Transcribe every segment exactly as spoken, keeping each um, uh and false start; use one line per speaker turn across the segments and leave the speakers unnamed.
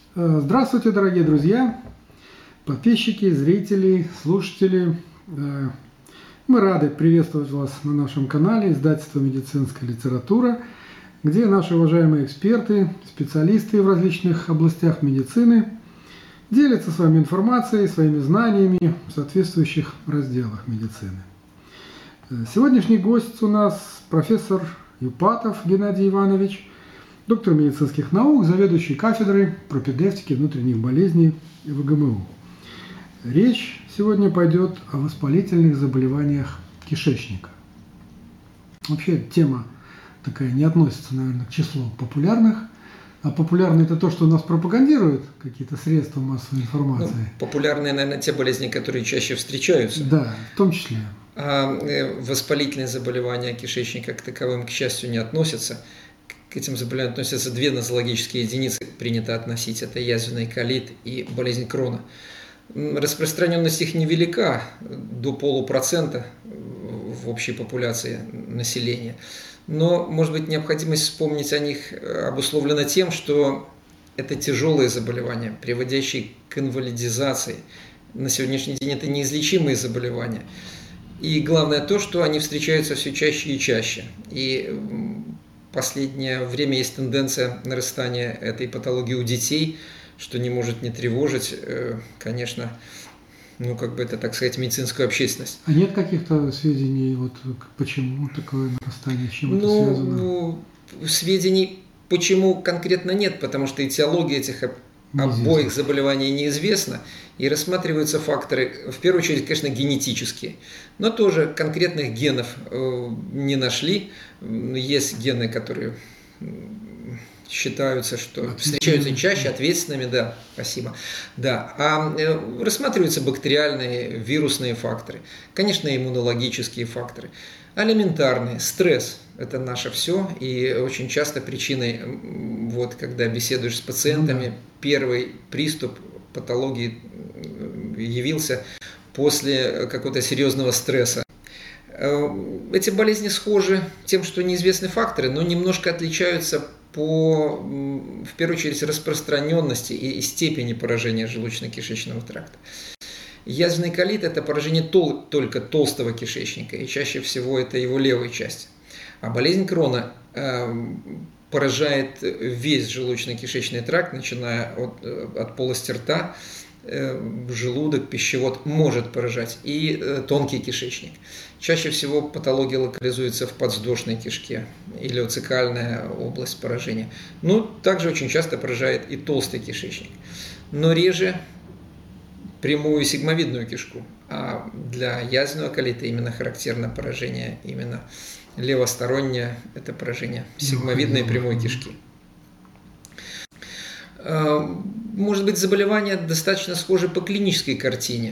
Здравствуйте, дорогие друзья, подписчики, зрители, слушатели. Мы рады приветствовать вас на нашем канале издательства «Медицинская литература», где наши уважаемые эксперты, специалисты в различных областях медицины делятся с вами информацией, своими знаниями в соответствующих разделах медицины. Сегодняшний гость у нас профессор Юпатов Геннадий Иванович, доктор медицинских наук, заведующий кафедрой пропедевтики внутренних болезней в ГМУ. Речь сегодня пойдет о воспалительных заболеваниях кишечника. Вообще тема такая не относится, наверное, к числу популярных. А популярно это то, что у нас пропагандируют какие-то средства массовой информации.
Ну, популярные, наверное, те болезни, которые чаще встречаются.
Да, в том числе.
А воспалительные заболевания кишечника к таковым, к счастью, не относятся. К этим заболеваниям относятся две нозологические единицы, принято относить. Это язвенный колит и болезнь Крона. Распространенность их невелика, до полупроцента в общей популяции населения. Но, может быть, необходимость вспомнить о них обусловлена тем, что это тяжелые заболевания, приводящие к инвалидизации. На сегодняшний день это неизлечимые заболевания. И главное то, что они встречаются все чаще и чаще. И в последнее время есть тенденция нарастания этой патологии у детей, что не может не тревожить, конечно, ну, как бы это, так сказать, медицинскую общественность.
А нет каких-то сведений, вот почему такое нарастание, с чем это
ну,
связано?
Сведений почему конкретно нет, потому что этиология этих обоих заболеваний неизвестна, и рассматриваются факторы, в первую очередь, конечно, генетические, но тоже конкретных генов не нашли. Есть гены, которые считаются, что встречаются чаще, ответственными, да, спасибо, да, а рассматриваются бактериальные, вирусные факторы, конечно, иммунологические факторы, элементарные, стресс – это наше все, и очень часто причиной, вот, когда беседуешь с пациентами, ну, да. Первый приступ патологии явился после какого-то серьезного стресса. Эти болезни схожи тем, что неизвестны факторы, но немножко отличаются по, в первую очередь, распространенности и степени поражения желудочно-кишечного тракта. Язвенный колит – это поражение тол- только толстого кишечника, и чаще всего это его левая часть. А болезнь Крона э, поражает весь желудочно-кишечный тракт, начиная от, от полости рта, э, желудок, пищевод может поражать, и э, тонкий кишечник. Чаще всего патология локализуется в подвздошной кишке, илиоцекальная область поражения. Но также очень часто поражает и толстый кишечник. Но реже прямую сигмовидную кишку. А для язвенного колита именно характерно поражение именно левостороннее, это поражение сигмовидной прямой кишки. Может быть, заболевания достаточно схожи по клинической картине.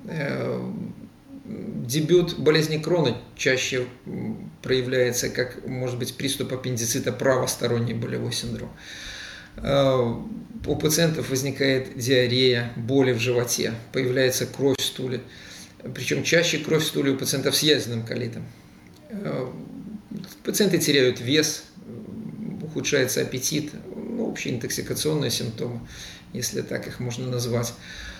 Дебют болезни Крона чаще проявляется как, может быть, приступ аппендицита, правосторонний болевой синдром. У пациентов возникает диарея, боли в животе, появляется кровь в стуле. Причем чаще кровь в стуле у пациентов с язвенным колитом. Пациенты теряют вес, ухудшается аппетит, ну, общие интоксикационные симптомы, если так их можно назвать.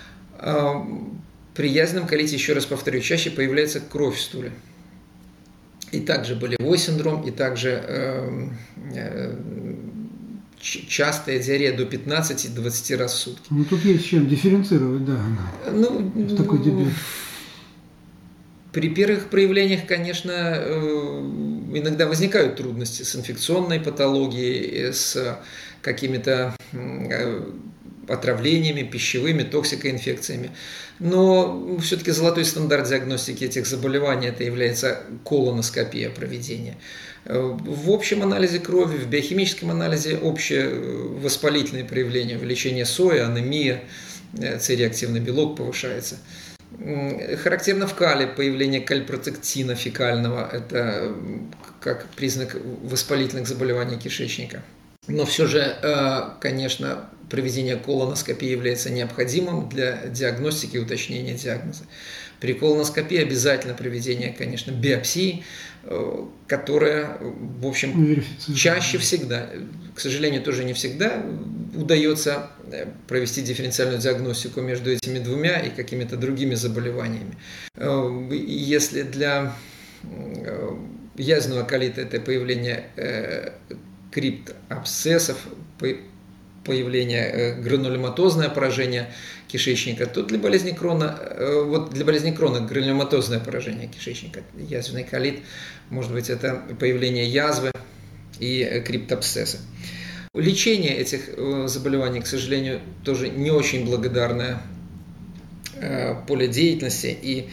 При язвенном колите, еще раз повторю, чаще появляется кровь в стуле. И также болевой синдром, и также э, э, частая диарея до пятнадцати-двадцати раз в сутки.
Ну, тут есть чем дифференцировать, да,
ну,
такой дебют.
При первых проявлениях, конечно, иногда возникают трудности с инфекционной патологией, с какими-то отравлениями, пищевыми, токсикоинфекциями. Но все-таки золотой стандарт диагностики этих заболеваний – это является колоноскопия проведения. В общем анализе крови, в биохимическом анализе общее воспалительные проявления, увеличение соя, анемия, С-реактивный белок повышается. Характерно в кале появление кальпротектина фекального, это как признак воспалительных заболеваний кишечника. Но все же, конечно, проведение колоноскопии является необходимым для диагностики и уточнения диагноза. При колоноскопии обязательно проведение, конечно, биопсии, которая, в общем, чаще всегда, к сожалению, тоже не всегда удается провести дифференциальную диагностику между этими двумя и какими-то другими заболеваниями. Если для язвенного колита это появление криптобсцессов, появление гранулематозное поражение кишечника, то для болезни Крона, вот для болезни Крона гранулематозное поражение кишечника, язвенный колит, может быть, это появление язвы и криптобсцесса. Лечение этих заболеваний, к сожалению, тоже не очень благодарное поле деятельности, и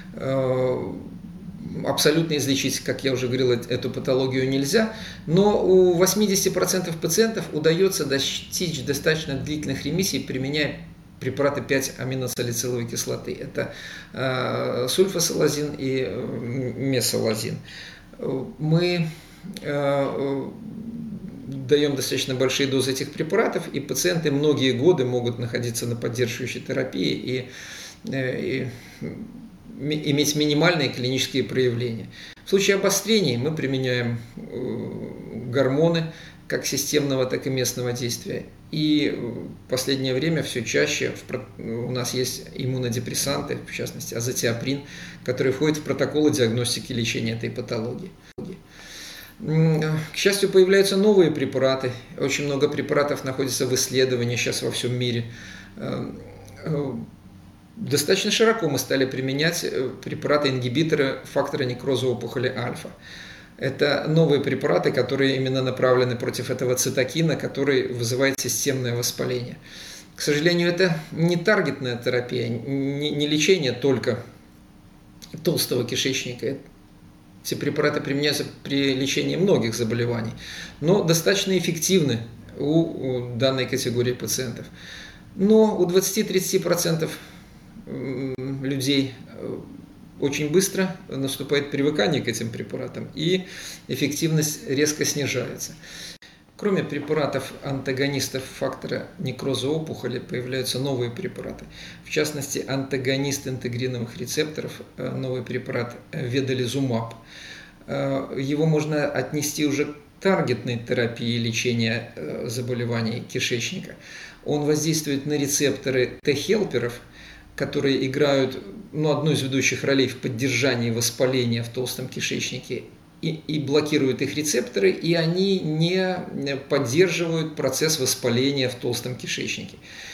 абсолютно излечить, как я уже говорил, эту патологию нельзя, но у восемьдесят процентов пациентов удается достичь достаточно длительных ремиссий, применяя препараты пять аминосалициловой кислоты. Это э, сульфасалазин и э, месалазин. Мы э, даем достаточно большие дозы этих препаратов, и пациенты многие годы могут находиться на поддерживающей терапии и, э, и иметь минимальные клинические проявления. В случае обострений мы применяем гормоны как системного, так и местного действия. И в последнее время все чаще у нас есть иммунодепрессанты, в частности азотиоприн, которые входят в протоколы диагностики и лечения этой патологии. К счастью, появляются новые препараты. Очень много препаратов находится в исследовании сейчас во всем мире. Достаточно широко мы стали применять препараты-ингибиторы фактора некроза опухоли альфа. Это новые препараты, которые именно направлены против этого цитокина, который вызывает системное воспаление. К сожалению, это не таргетная терапия, не лечение только толстого кишечника. Эти препараты применяются при лечении многих заболеваний, но достаточно эффективны у данной категории пациентов. Но у двадцати-тридцати процентов людей очень быстро наступает привыкание к этим препаратам, и эффективность резко снижается. Кроме препаратов-антагонистов фактора некроза опухоли, появляются новые препараты. В частности, антагонист интегриновых рецепторов, новый препарат ведолизумаб. Его можно отнести уже к таргетной терапии лечения заболеваний кишечника. Он воздействует на рецепторы Т-хелперов, которые играют ну, одну из ведущих ролей в поддержании воспаления в толстом кишечнике, и, и блокируют их рецепторы, и они не поддерживают процесс воспаления в толстом кишечнике.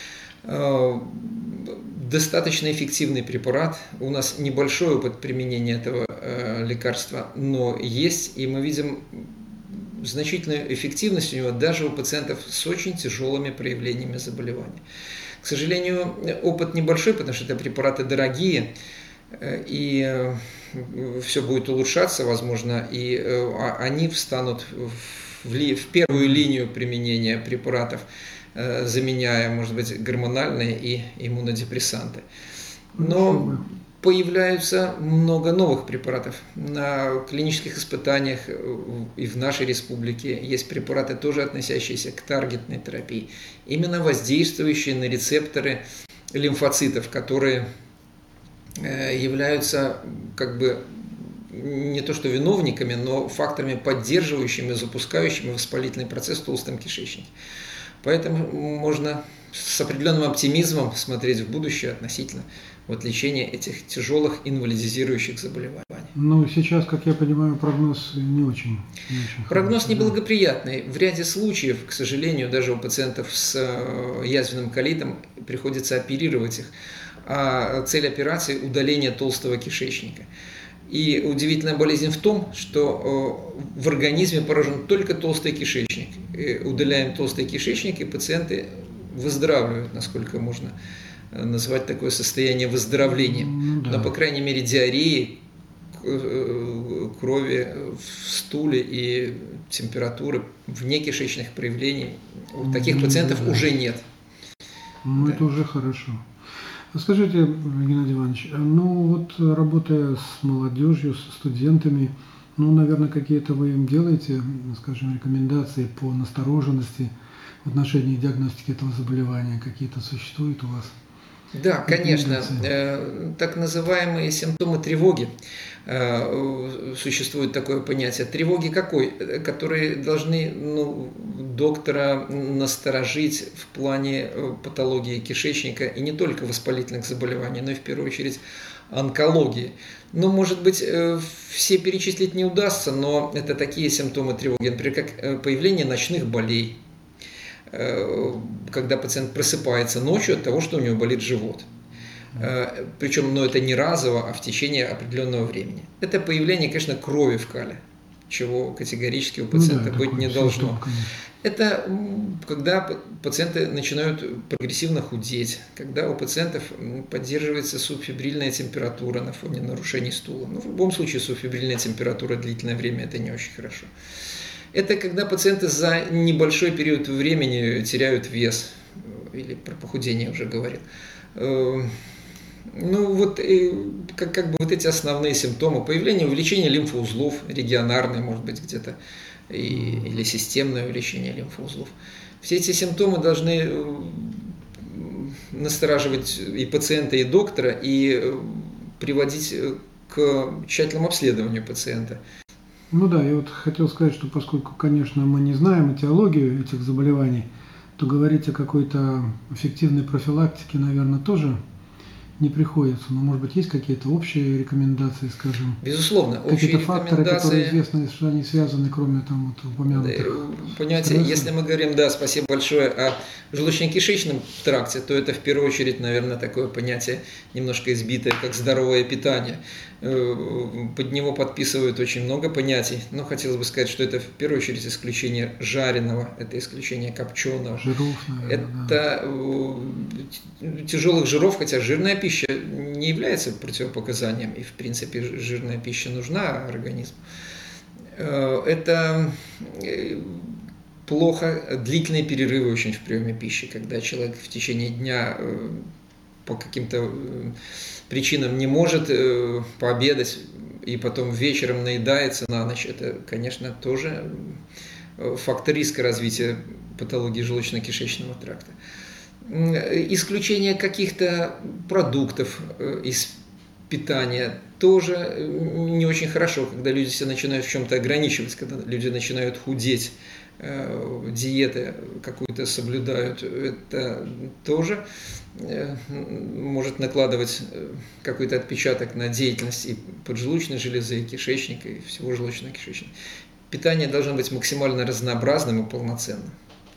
Достаточно эффективный препарат. У нас небольшой опыт применения этого лекарства, но есть, и мы видим значительную эффективность у него даже у пациентов с очень тяжелыми проявлениями заболевания. К сожалению, опыт небольшой, потому что это препараты дорогие, и все будет улучшаться, возможно, и они встанут в первую линию применения препаратов, заменяя, может быть, гормональные и иммунодепрессанты. Но появляются много новых препаратов. На клинических испытаниях и в нашей республике есть препараты, тоже относящиеся к таргетной терапии, именно воздействующие на рецепторы лимфоцитов, которые являются как бы не то что виновниками, но факторами, поддерживающими, запускающими воспалительный процесс в толстом кишечнике. Поэтому можно с определенным оптимизмом смотреть в будущее относительно вот лечения этих тяжелых инвалидизирующих заболеваний.
Ну, сейчас, как я понимаю, прогноз не очень. Не очень
прогноз
хороший,
неблагоприятный. Да? В ряде случаев, к сожалению, даже у пациентов с язвенным колитом приходится оперировать их. А цель операции – удаление толстого кишечника. И удивительная болезнь в том, что в организме поражен только толстый кишечник. И удаляем толстый кишечник, и пациенты выздоравливают, насколько можно назвать такое состояние выздоровлением. Да. Но, по крайней мере, диареи, крови в стуле и температуры, внекишечных проявлений у таких пациентов да. уже нет.
Ну, да. Это уже хорошо. Скажите, Геннадий Иванович, ну вот работая с молодежью, с студентами, ну, наверное, какие-то вы им делаете, скажем, рекомендации по настороженности в отношении диагностики этого заболевания? Какие-то существуют у вас?
Да, конечно. Так называемые симптомы тревоги. Существует такое понятие. Тревоги какой? Которые должны ну, доктора насторожить в плане патологии кишечника и не только воспалительных заболеваний, но и в первую очередь онкологии. Ну, может быть, все перечислить не удастся, но это такие симптомы тревоги, например, как появление ночных болей, когда пациент просыпается ночью от того, что у него болит живот. Причем, ну, это не разово, а в течение определенного времени. Это появление, конечно, крови в кале, чего категорически у пациента ну, да, быть не должно. Симптом, это когда пациенты начинают прогрессивно худеть, когда у пациентов поддерживается субфибрильная температура на фоне нарушений стула. Ну, в любом случае субфибрильная температура длительное время – это не очень хорошо. Это когда пациенты за небольшой период времени теряют вес, или про похудение уже говорил. Ну вот как, как бы вот эти основные симптомы: появление увеличения лимфоузлов, регионарное, может быть, где-то, и, или системное увеличение лимфоузлов. Все эти симптомы должны настораживать и пациента, и доктора, и приводить к тщательному обследованию пациента.
Ну да, я вот хотел сказать, что поскольку, конечно, мы не знаем этиологию этих заболеваний, то говорить о какой-то эффективной профилактике, наверное, тоже не приходится. Но, может быть, есть какие-то общие рекомендации, скажем?
Безусловно,
какие-то факторы, которые известны, что они связаны, кроме там вот упомянутых.
Понимаете, стрессов. Если мы говорим, да, спасибо большое, о желудочно-кишечном тракте, то это в первую очередь, наверное, такое понятие немножко избитое, как здоровое питание. Под него подписывают очень много понятий, но хотелось бы сказать, что это в первую очередь исключение жареного, это исключение копченого,
жиров, наверное,
это да. Тяжелых жиров, хотя жирная пища не является противопоказанием, и в принципе жирная пища нужна организму. Это плохо длительные перерывы очень в приеме пищи, когда человек в течение дня по каким-то причинам не может пообедать и потом вечером наедается на ночь. Это, конечно, тоже фактор риска развития патологии желудочно-кишечного тракта. Исключение каких-то продуктов из питания тоже не очень хорошо, когда люди себя начинают в чем-то ограничивать, когда люди начинают худеть, диеты какую-то соблюдают, это тоже может накладывать какой-то отпечаток на деятельность и поджелудочной железы, и кишечника, и всего желудочно-кишечника. Питание должно быть максимально разнообразным и полноценным.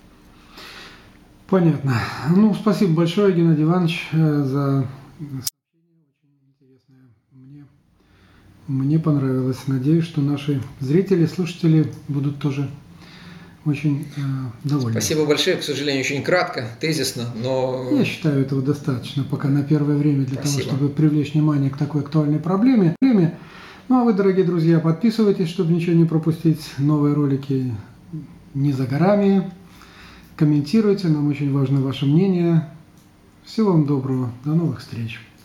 Понятно. Ну, спасибо большое, Геннадий Иванович, за сообщение. Очень интересное. Мне, мне понравилось. Надеюсь, что наши зрители, слушатели будут тоже очень э, довольны.
Спасибо большое. К сожалению, очень кратко, тезисно, но...
Я считаю, этого достаточно пока на первое время для
Спасибо.
того, чтобы привлечь внимание к такой актуальной проблеме. Ну, а вы, дорогие друзья, подписывайтесь, чтобы ничего не пропустить. Новые ролики не за горами. Комментируйте, нам очень важно ваше мнение. Всего вам доброго, до новых встреч.